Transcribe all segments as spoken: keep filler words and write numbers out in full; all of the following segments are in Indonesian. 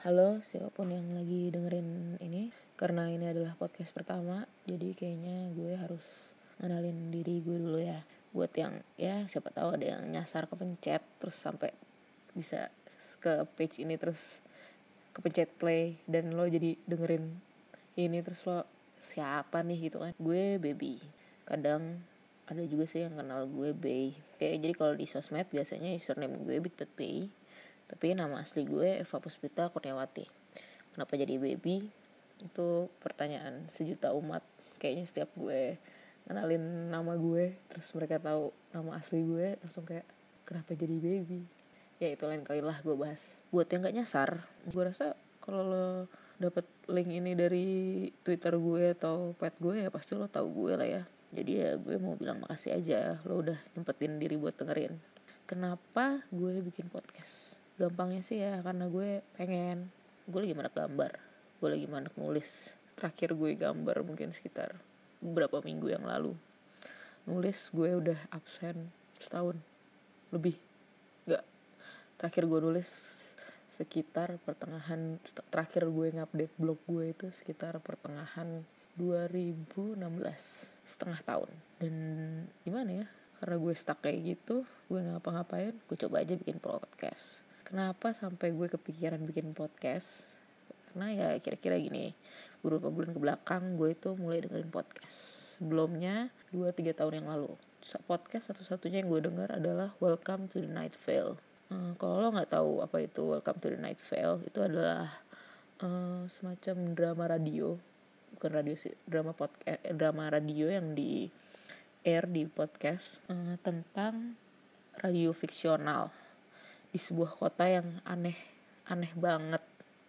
Halo siapapun yang lagi dengerin ini, karena ini adalah podcast pertama, jadi kayaknya gue harus ngenalin diri gue dulu ya. Buat yang ya siapa tahu ada yang nyasar kepencet terus sampai bisa ke page ini terus kepencet play dan lo jadi dengerin ini terus lo siapa nih gitu kan. Gue Baby. Kadang ada juga sih yang kenal gue Bay. Kayak jadi kalau di sosmed biasanya username gue bitbetbay. Tapi nama asli gue Eva Puspita Kurniawati. Kenapa jadi Baby? Itu pertanyaan sejuta umat. Kayaknya setiap gue kenalin nama gue, terus mereka tahu nama asli gue, langsung kayak, kenapa jadi Baby? Ya itu lain kali lah gue bahas. Buat yang gak nyasar, gue rasa kalau lo dapet link ini dari Twitter gue atau pet gue, ya pasti lo tahu gue lah ya. Jadi ya gue mau bilang makasih aja, lo udah nyempetin diri buat dengerin. Kenapa gue bikin podcast? Gampangnya sih ya karena gue pengen. Gue lagi manak gambar, gue lagi manak nulis. Terakhir gue gambar mungkin sekitar beberapa minggu yang lalu. Nulis gue udah absen setahun lebih. Gak, terakhir gue nulis sekitar pertengahan, terakhir gue ngupdate blog gue itu sekitar pertengahan dua ribu enam belas, setengah tahun. Dan gimana ya, karena gue stuck kayak gitu, gue gak ngapa-ngapain, gue coba aja bikin podcast. Kenapa sampai gue kepikiran bikin podcast? Karena ya kira-kira gini, beberapa bulan kebelakang gue itu mulai dengerin podcast. Sebelumnya dua tiga tahun yang lalu, podcast satu-satunya yang gue denger adalah Welcome to the Night Vale. Hmm, kalau lo nggak tahu apa itu Welcome to the Night Vale, itu adalah uh, semacam drama radio, bukan radio sih, drama podcast, eh, drama radio yang di air di podcast uh, tentang radio fiksional di sebuah kota yang aneh, aneh banget.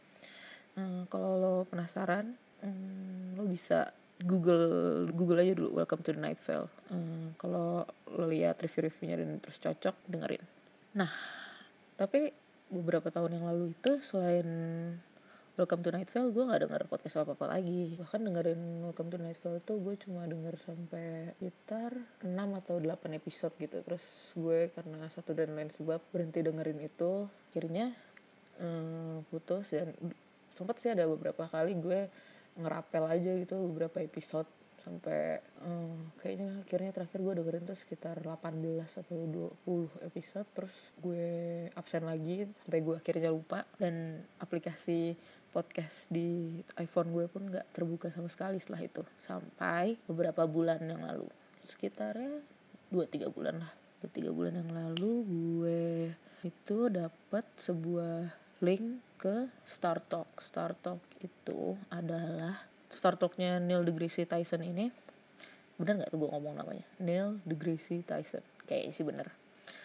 Uh, kalau lo penasaran, um, lo bisa Google Google aja dulu Welcome to the Night Vale. Uh, kalau lo lihat review-reviewnya dan terus cocok, dengerin. Nah, tapi beberapa tahun yang lalu itu selain Welcome to Night Vale, gue gak denger podcast apa-apa lagi. Bahkan dengerin Welcome to Night Vale tuh gue cuma denger sampai sekitar enam atau delapan episode gitu. Terus gue karena satu dan lain sebab berhenti dengerin itu. Akhirnya eh, putus dan sempat sih ada beberapa kali gue ngerapel aja gitu beberapa episode. Sampai eh, kayaknya akhirnya terakhir gue dengerin tuh sekitar delapan belas atau dua puluh episode. Terus gue absen lagi sampai gue akhirnya lupa. Dan aplikasi podcast di iPhone gue pun gak terbuka sama sekali setelah itu. Sampai beberapa bulan yang lalu, sekitarnya dua tiga bulan lah, dua tiga bulan yang lalu gue itu dapat sebuah link ke StarTalk. StarTalk itu adalah StarTalknya Neil deGrasse Tyson ini. Bener gak tuh gue ngomong namanya? Neil deGrasse Tyson, kayaknya sih bener.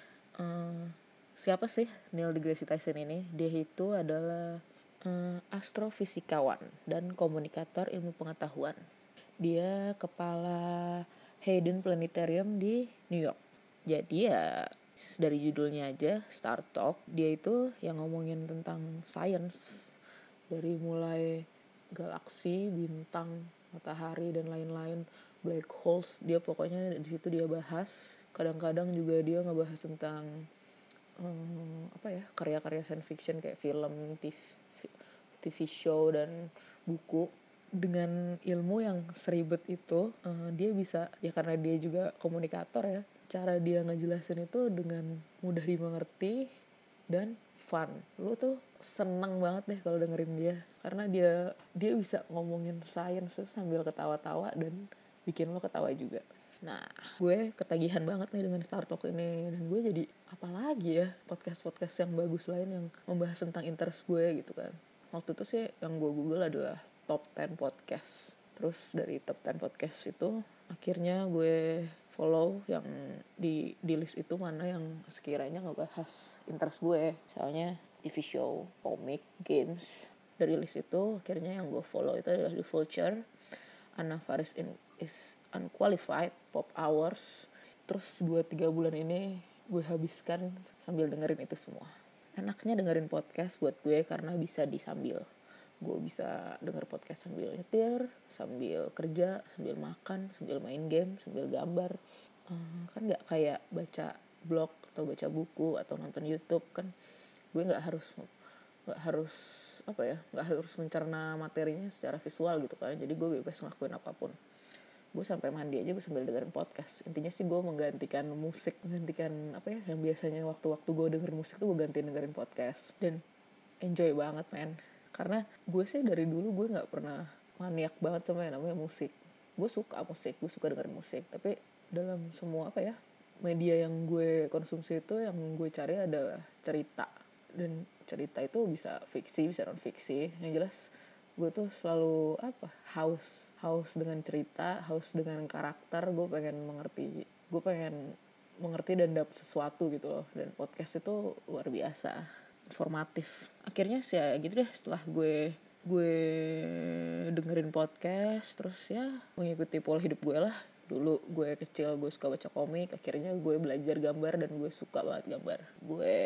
uh, Siapa sih Neil deGrasse Tyson ini? Dia itu adalah uh, astrofisikawan dan komunikator ilmu pengetahuan. Dia kepala Hayden Planetarium di New York. Jadi ya dari judulnya aja StarTalk, dia itu yang ngomongin tentang science, dari mulai galaksi, bintang, matahari dan lain-lain, black holes. Dia pokoknya di situ dia bahas. Kadang-kadang juga dia ngebahas tentang um, apa ya, karya-karya science fiction kayak film, T V, T V show dan buku. Dengan ilmu yang seribet itu, uh, dia bisa, ya karena dia juga komunikator ya, cara dia ngejelasin itu dengan mudah dimengerti dan fun. Lu tuh seneng banget deh kalau dengerin dia, karena dia dia bisa ngomongin sains sambil ketawa-tawa dan bikin lo ketawa juga. Nah, gue ketagihan banget nih dengan StarTalk ini, dan gue jadi apalagi ya podcast-podcast yang bagus lain yang membahas tentang interest gue gitu kan. Waktu itu sih yang gue google adalah top sepuluh podcast. Terus dari top sepuluh podcast itu akhirnya gue follow yang di di list itu mana yang sekiranya ngebahas interest gue. Misalnya T V show, komik, games. Dari list itu akhirnya yang gue follow itu adalah The Vulture, Anna Faris in, is Unqualified, Pop Hours. Terus dua tiga bulan ini gue habiskan sambil dengerin itu semua. Enaknya dengerin podcast buat gue karena bisa disambil. Gue bisa denger podcast sambil nyetir, sambil kerja, sambil makan, sambil main game, sambil gambar. Uh, kan gak kayak baca blog atau baca buku atau nonton YouTube kan. Gue gak harus gak harus apa ya, nggak harus mencerna materinya secara visual gitu kan, jadi gue bebas ngelakuin apapun. Gue sampai mandi aja gue sambil dengerin podcast. Intinya sih gue menggantikan musik, menggantikan apa ya, yang biasanya waktu-waktu gue dengerin musik tuh gue gantiin dengerin podcast, dan enjoy banget men. Karena gue sih dari dulu gue nggak pernah maniak banget sama yang namanya musik. Gue suka musik, gue suka dengerin musik, tapi dalam semua apa ya, media yang gue konsumsi itu yang gue cari adalah cerita. Dan cerita itu bisa fiksi, bisa non fiksi. Yang jelas gue tuh selalu apa, haus haus dengan cerita, haus dengan karakter. Gue pengen mengerti, gue pengen mengerti dan dapet sesuatu gitu loh. Dan podcast itu luar biasa informatif. Akhirnya sih ya gitu deh, setelah gue gue dengerin podcast, terus ya mengikuti pola hidup gue lah. Dulu gue kecil gue suka baca komik, akhirnya gue belajar gambar dan gue suka banget gambar. Gue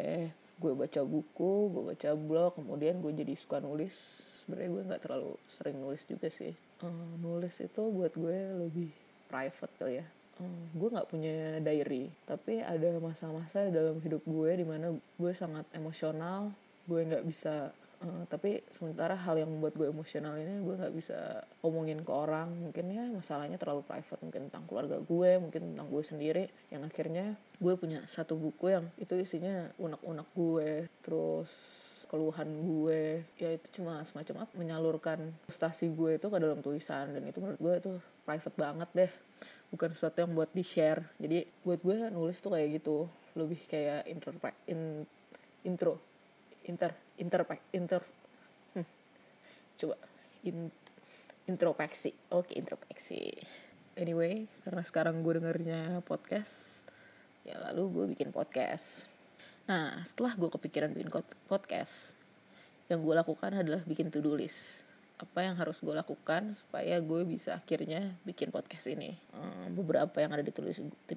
gue baca buku, gue baca blog, kemudian gue jadi suka nulis. Sebenarnya gue nggak terlalu sering nulis juga sih. Uh, nulis itu buat gue lebih private kali ya. Uh, gue nggak punya diary, tapi ada masa-masa dalam hidup gue dimana gue sangat emosional. Gue nggak bisa Uh, tapi sementara hal yang membuat gue emosional ini gue nggak bisa omongin ke orang, mungkin ya masalahnya terlalu private, mungkin tentang keluarga gue, mungkin tentang gue sendiri, yang akhirnya gue punya satu buku yang itu isinya unek-unek gue, terus keluhan gue, ya itu cuma semacam apa, menyalurkan frustasi gue itu ke dalam tulisan, dan itu menurut gue tuh private banget deh, bukan sesuatu yang buat di share. Jadi buat gue nulis tuh kayak gitu, lebih kayak intro in, intro inter inter inter hmm. coba in, introspeksi oke introspeksi anyway, karena sekarang gue dengernya podcast, ya lalu gue bikin podcast. Nah setelah gue kepikiran bikin podcast, yang gue lakukan adalah bikin to do list. Apa yang harus gue lakukan supaya gue bisa akhirnya bikin podcast ini. Hmm, beberapa yang ada di to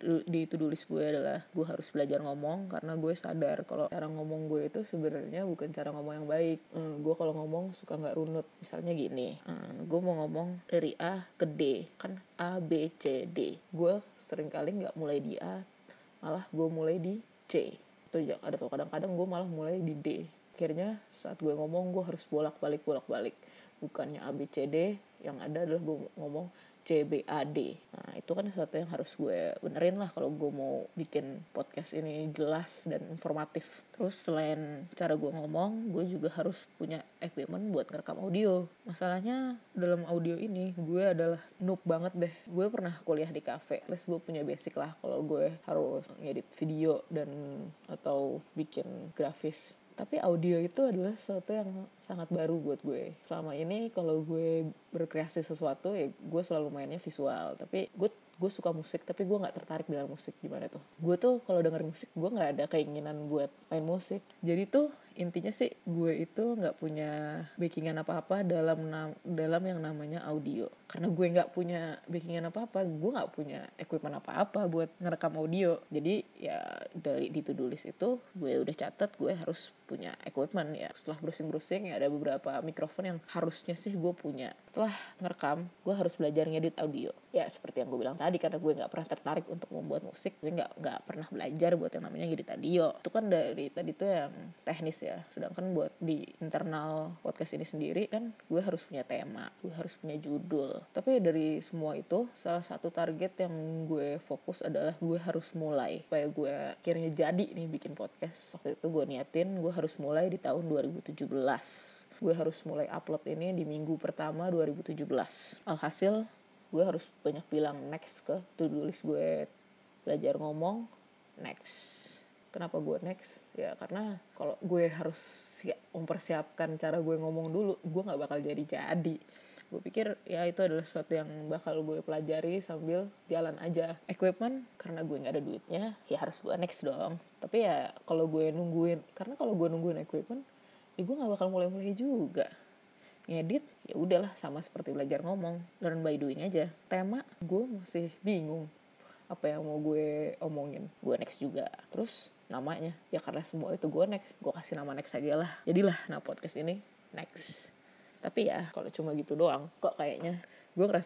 do list gue adalah gue harus belajar ngomong, karena gue sadar kalau cara ngomong gue itu sebenarnya bukan cara ngomong yang baik. Hmm, gue kalau ngomong suka nggak runut. Misalnya gini, hmm, gue mau ngomong dari A ke D, kan A B C D. Gue sering kali nggak mulai di A, malah gue mulai di C. Atau ada kadang-kadang gue malah mulai di D. Akhirnya saat gue ngomong gue harus bolak-balik bolak-balik. Bukannya A B C D, yang ada adalah gue ngomong C B A D. Nah itu kan sesuatu yang harus gue benerin lah kalau gue mau bikin podcast ini jelas dan informatif. Terus selain cara gue ngomong, gue juga harus punya equipment buat ngerekam audio. Masalahnya dalam audio ini gue adalah noob banget deh. Gue pernah kuliah di cafe, terus gue punya basic lah kalau gue harus ngedit video dan atau bikin grafis. Tapi audio itu adalah sesuatu yang sangat baru buat gue. Selama ini kalau gue berkreasi sesuatu, ya gue selalu mainnya visual. Tapi gue gue suka musik, tapi gue nggak tertarik dengan musik. Gimana tuh? Gue tuh kalau denger musik, gue nggak ada keinginan buat main musik. Jadi tuh intinya sih gue itu nggak punya backingan apa-apa dalam na- dalam yang namanya audio. Karena gue nggak punya backingan apa-apa, gue nggak punya equipment apa-apa buat ngerekam audio. Jadi ya dari di to do list itu gue udah catat gue harus punya equipment ya. Setelah browsing-browsing ya ada beberapa mikrofon yang harusnya sih gue punya. Setelah ngerekam, gue harus belajar ngedit audio. Ya seperti yang gue bilang tadi, karena gue nggak pernah tertarik untuk membuat musik, gue nggak nggak pernah belajar buat yang namanya ngedit audio. Itu kan dari tadi tuh yang teknis ya. Sedangkan buat di internal podcast ini sendiri kan gue harus punya tema, gue harus punya judul. Tapi dari semua itu, salah satu target yang gue fokus adalah gue harus mulai supaya gue akhirnya jadi nih bikin podcast. Waktu itu gue niatin gue harus mulai di tahun dua ribu tujuh belas. Gue harus mulai upload ini di minggu pertama dua ribu tujuh belas. Alhasil gue harus banyak bilang next ke to do list gue. Belajar ngomong, next. Kenapa gue next? Ya karena kalau gue harus siap, mempersiapkan cara gue ngomong dulu, gue gak bakal jadi-jadi. Gue pikir ya itu adalah sesuatu yang bakal gue pelajari sambil jalan aja. Equipment, karena gue gak ada duitnya, ya harus gue next dong. Tapi ya kalau gue nungguin, karena kalau gue nungguin equipment, ya gue gak bakal mulai-mulai juga. Ngedit, ya udahlah sama seperti belajar ngomong, learn by doing aja. Tema, gue masih bingung apa yang mau gue omongin. Gue next juga. Terus namanya, ya karena semua itu gue next, gue kasih nama next aja lah. Jadilah nah podcast ini next. Tapi ya kalau cuma gitu doang, kok kayaknya gue ngerasa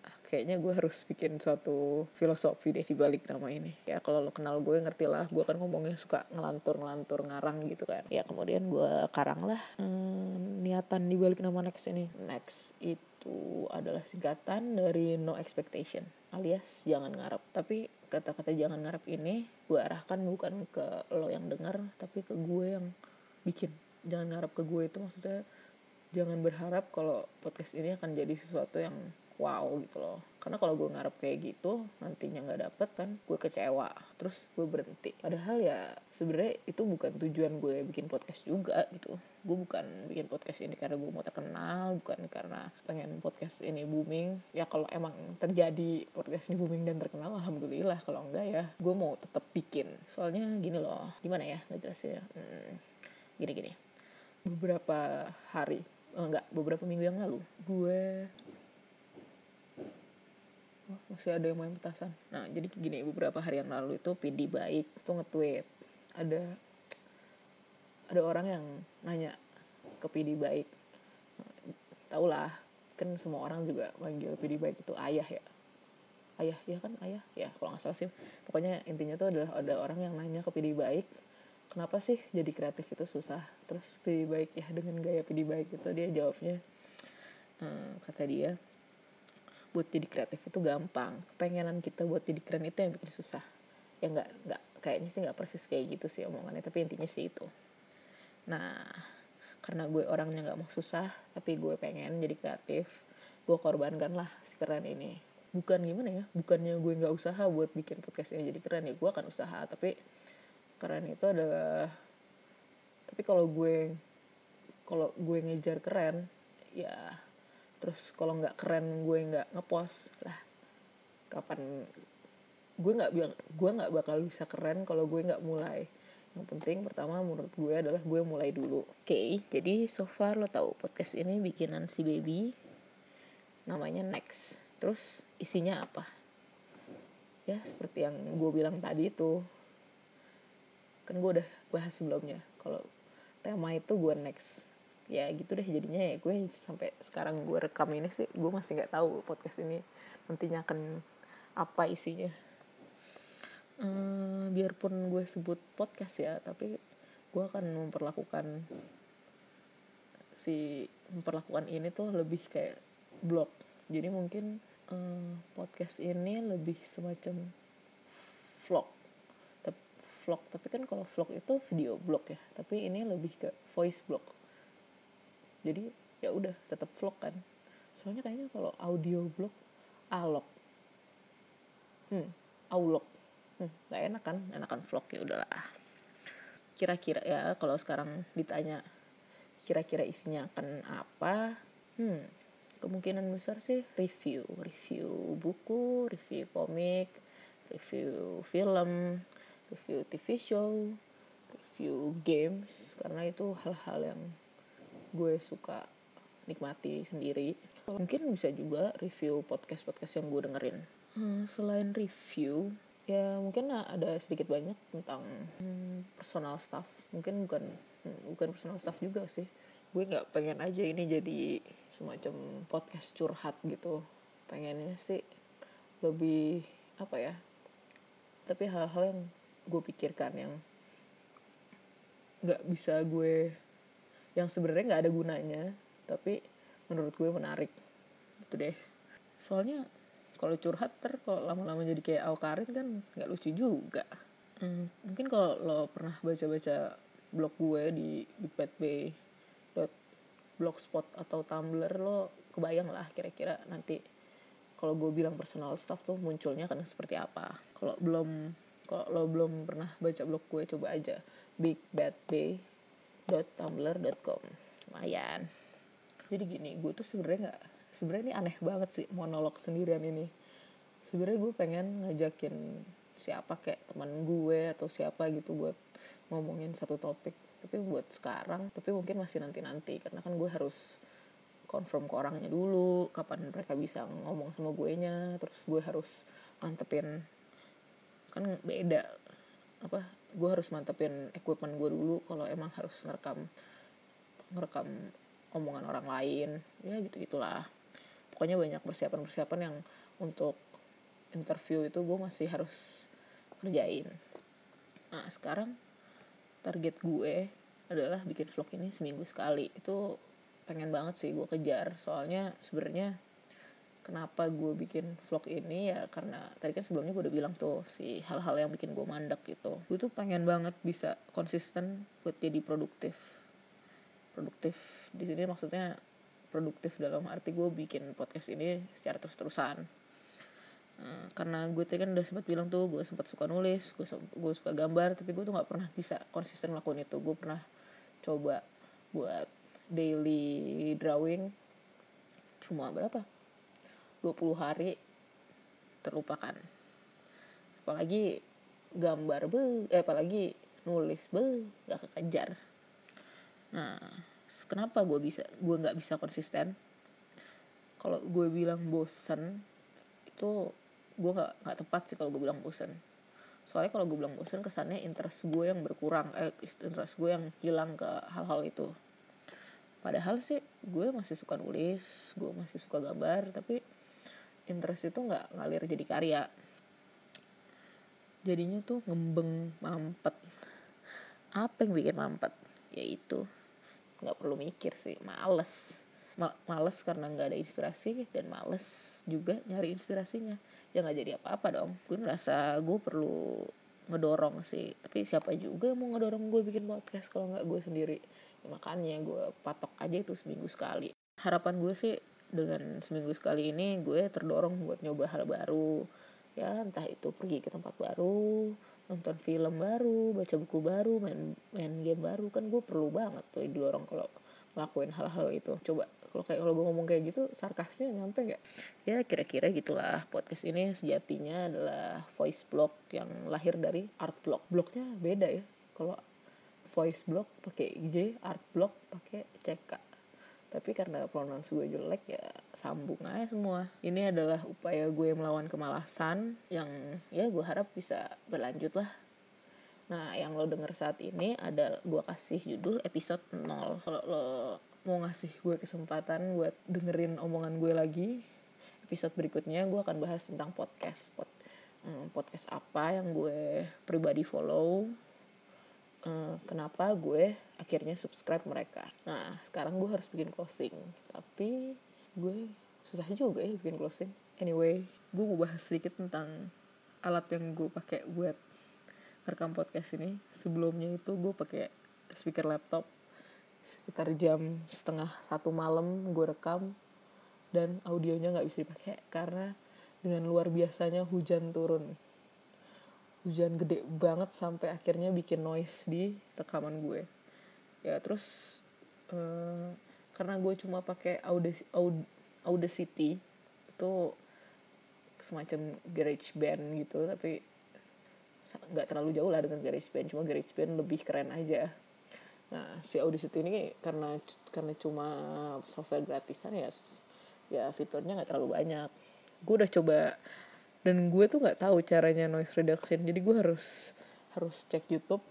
kayaknya gue harus bikin suatu filosofi deh di balik nama ini. Ya kalau lo kenal gue ngerti lah, gue kan ngomongnya suka ngelantur-ngelantur ngarang gitu kan. Ya kemudian gue karang lah hmm, niatan di balik nama Next ini. Next itu adalah singkatan dari no expectation, alias jangan ngarep. Tapi kata-kata jangan ngarep ini gue arahkan bukan ke lo yang dengar, tapi ke gue yang bikin. Jangan ngarep ke gue itu maksudnya jangan berharap kalau podcast ini akan jadi sesuatu yang wow gitu loh. Karena kalau gue ngarep kayak gitu nantinya nggak dapet kan, gue kecewa, terus gue berhenti. Padahal ya sebenarnya itu bukan tujuan gue bikin podcast juga gitu. Gue bukan bikin podcast ini karena gue mau terkenal, bukan karena pengen podcast ini booming. Ya kalau emang terjadi podcast ini booming dan terkenal, alhamdulillah. Kalau enggak ya gue mau tetap bikin. Soalnya gini loh, gimana ya ngejelasinnya? Hmm, gini-gini. Beberapa hari, oh enggak, beberapa minggu yang lalu gue oh, masih ada yang main petasan. Nah jadi gini, beberapa hari yang lalu itu P D Baik tuh nge-tweet, ada ada orang yang nanya ke P D Baik, tau lah kan semua orang juga manggil P D Baik itu ayah ya, ayah ya kan ayah ya kalau nggak salah sih. Pokoknya intinya tuh adalah ada orang yang nanya ke P D Baik, kenapa sih jadi kreatif itu susah? Terus P D Baik ya dengan gaya P D Baik itu dia jawabnya, ehm, kata dia, buat jadi kreatif itu gampang, kepengenan kita buat jadi keren itu yang bikin susah. Ya nggak nggak kayaknya sih nggak persis kayak gitu sih omongannya, tapi intinya sih itu. Nah karena gue orangnya nggak mau susah, tapi gue pengen jadi kreatif, gue korbankan lah si keren ini. Bukan gimana ya, bukannya gue nggak usaha buat bikin podcast ini jadi keren, ya gue akan usaha, tapi keren itu adalah, tapi kalau gue kalau gue ngejar keren ya, terus kalau nggak keren gue nggak ngepost lah, kapan gue nggak bilang gue nggak bakal bisa keren kalau gue nggak mulai. Yang penting pertama menurut gue adalah gue mulai dulu. Oke, okay, jadi so far lo tahu podcast ini bikinan si Baby, namanya Next. Terus isinya apa? Ya seperti yang gue bilang tadi itu, kan gue udah bahas sebelumnya kalau tema itu gue next. Ya gitu deh jadinya. Ya gue sampai sekarang gue rekam ini sih gue masih nggak tahu podcast ini nantinya akan apa isinya. Hmm, biarpun gue sebut podcast ya, tapi gue akan memperlakukan si memperlakukan ini tuh lebih kayak blog. Jadi mungkin hmm, podcast ini lebih semacam vlog. vlog tapi kan kalau vlog itu video blog ya, tapi ini lebih ke voice blog. Jadi ya udah tetap vlog kan. Soalnya kayaknya kalau audio blog alog. Hmm, aulog. Hmm, enggak enak kan? Enakan vlog ya udahlah. Kira-kira ya kalau sekarang ditanya kira-kira isinya akan apa? Hmm, kemungkinan besar sih review, review buku, review komik, review film, review T V show, review games, karena itu hal-hal yang gue suka nikmati sendiri. Mungkin bisa juga review podcast-podcast yang gue dengerin. Hmm, selain review, ya mungkin ada sedikit banyak tentang hmm, personal stuff. Mungkin bukan hmm, bukan personal stuff juga sih. Gue nggak pengen aja ini jadi semacam podcast curhat gitu. Pengennya sih lebih apa ya? Tapi hal-hal yang gue pikirkan yang nggak bisa gue, yang sebenarnya nggak ada gunanya, tapi menurut gue menarik gitu deh. Soalnya kalau curhat ter kalau lama-lama jadi kayak Awkarin kan nggak lucu juga. Hmm, mungkin kalau lo pernah baca-baca blog gue di bigbadbay dot blogspot atau Tumblr, lo kebayang lah kira-kira nanti kalau gue bilang personal stuff tuh munculnya kan seperti apa. Kalau belum kalau lo belum pernah baca blog gue, coba aja bigbadbay dot tumblr dot com. Lumayan. Jadi gini, gue tuh sebenarnya nggak sebenarnya ini aneh banget sih monolog sendirian ini. Sebenarnya gue pengen ngajakin siapa kayak teman gue atau siapa gitu buat ngomongin satu topik, tapi buat sekarang, tapi mungkin masih nanti-nanti karena kan gue harus confirm ke orangnya dulu kapan mereka bisa ngomong sama gue nya, terus gue harus mantepin, kan beda apa, gue harus mantepin equipment gue dulu kalau emang harus ngerekam ngerekam omongan orang lain, ya gitu gitulah. pokoknya banyak persiapan-persiapan yang untuk interview itu gue masih harus kerjain. Nah sekarang target gue adalah bikin vlog ini seminggu sekali. Itu pengen banget sih gue kejar, soalnya sebenarnya kenapa gue bikin vlog ini ya karena tadi kan sebelumnya gue udah bilang tuh si hal-hal yang bikin gue mandek gitu. Gue tuh pengen banget bisa konsisten buat jadi produktif. Produktif di sini maksudnya produktif dalam arti gue bikin podcast ini secara terus-terusan. Nah, karena gue tadi kan udah sempat bilang tuh gue sempat suka nulis, gue gue suka gambar, tapi gue tuh nggak pernah bisa konsisten ngelakuin itu. Gue pernah coba buat daily drawing cuma berapa? dua puluh hari terlupakan. Apalagi gambar be, eh apalagi nulis be, gak kekejar. Nah, kenapa gue bisa, gue nggak bisa konsisten? Kalau gue bilang bosen, itu gue nggak nggak tepat sih kalau gue bilang bosen. Soalnya kalau gue bilang bosen kesannya interest gue yang berkurang, eh interest gue yang hilang ke hal-hal itu. Padahal sih gue masih suka nulis, gue masih suka gambar, tapi interest itu nggak ngalir jadi karya. Jadinya tuh ngembeng, mampet. Apa yang bikin mampet? Yaitu nggak perlu mikir sih, males. Males karena nggak ada inspirasi, dan males juga nyari inspirasinya. Ya nggak jadi apa-apa dong. Gue ngerasa gue perlu ngedorong sih, tapi siapa juga yang mau ngedorong gue bikin podcast kalau nggak gue sendiri. Ya, makanya gue patok aja itu seminggu sekali. Harapan gue sih dengan seminggu sekali ini gue terdorong buat nyoba hal baru, ya entah itu pergi ke tempat baru, nonton film baru, baca buku baru, main main game baru. Kan gue perlu banget tuh didorong kalau ngelakuin hal-hal itu. Coba kalau kayak kalau gue ngomong kayak gitu sarkasnya nyampe nggak? Ya kira-kira gitulah. Podcast ini sejatinya adalah voice blog yang lahir dari art blog. Blognya beda ya, kalau voice blog pakai J, art blog pakai C K. Tapi karena pronouns gue jelek ya sambung aja semua. Ini adalah upaya gue melawan kemalasan yang ya gue harap bisa berlanjut lah. Nah yang lo denger saat ini ada gue kasih judul episode nol. Kalau lo mau ngasih gue kesempatan buat dengerin omongan gue lagi, episode berikutnya gue akan bahas tentang podcast. Pod, hmm, podcast apa yang gue pribadi follow, Uh, kenapa gue akhirnya subscribe mereka. Nah sekarang gue harus bikin closing, tapi gue susah juga ya bikin closing. Anyway, gue mau bahas sedikit tentang alat yang gue pakai buat rekam podcast ini. Sebelumnya itu gue pakai speaker laptop. Sekitar jam setengah satu malam gue rekam, dan audionya nggak bisa dipakai karena dengan luar biasanya hujan turun. Hujan gede banget sampai akhirnya bikin noise di rekaman gue. Ya terus uh, karena gue cuma pakai Audacity, Audacity itu semacam GarageBand gitu, tapi nggak terlalu jauh lah dengan GarageBand, cuma GarageBand lebih keren aja. Nah si Audacity ini karena karena cuma software gratisan ya, ya fiturnya nggak terlalu banyak. Gue udah coba dan gue tuh nggak tahu caranya noise reduction, jadi gue harus harus cek YouTube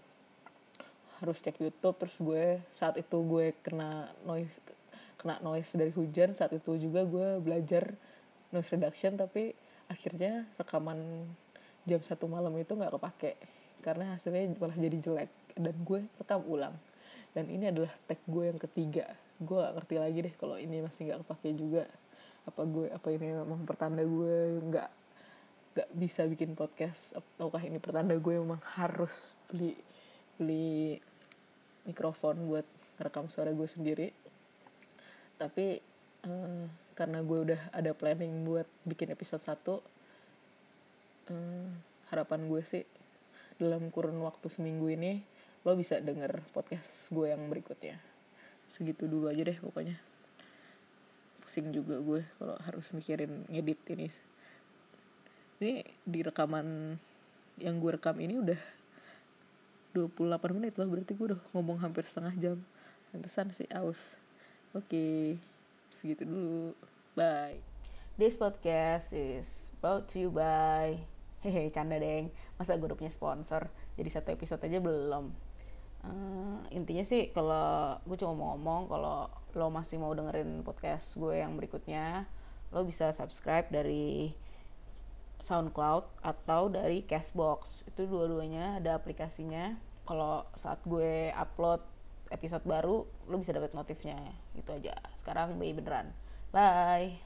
harus cek YouTube terus gue saat itu gue kena noise kena noise dari hujan. Saat itu juga gue belajar noise reduction, tapi akhirnya rekaman jam satu malam itu nggak kepake karena hasilnya malah jadi jelek, dan gue rekam ulang. Dan ini adalah take gue yang ketiga. Gue nggak ngerti lagi deh kalau ini masih nggak kepake juga. Apa gue apa ini memang pertanda gue nggak gak bisa bikin podcast, ataukah ini pertanda gue memang harus beli beli mikrofon buat ngerekam suara gue sendiri. Tapi uh, karena gue udah ada planning buat bikin episode satu, uh, harapan gue sih dalam kurun waktu seminggu ini lo bisa denger podcast gue yang berikutnya. Segitu dulu aja deh pokoknya. Pusing juga gue kalau harus mikirin ngedit ini. Ini di rekaman yang gue rekam ini udah dua puluh delapan menit lah, berarti gue udah ngomong hampir setengah jam. Pantesan sih aus. Oke, segitu dulu. Bye. This podcast is brought to you by hehe, canda deng. Masa gue udah punya sponsor, jadi satu episode aja belum. Uh, intinya sih kalau gue cuma mau ngomong kalau lo masih mau dengerin podcast gue yang berikutnya, lo bisa subscribe dari SoundCloud atau dari Castbox. Itu dua-duanya ada aplikasinya. Kalau saat gue upload episode baru, lo bisa dapat notifnya. Gitu aja. Sekarang bye beneran. Bye.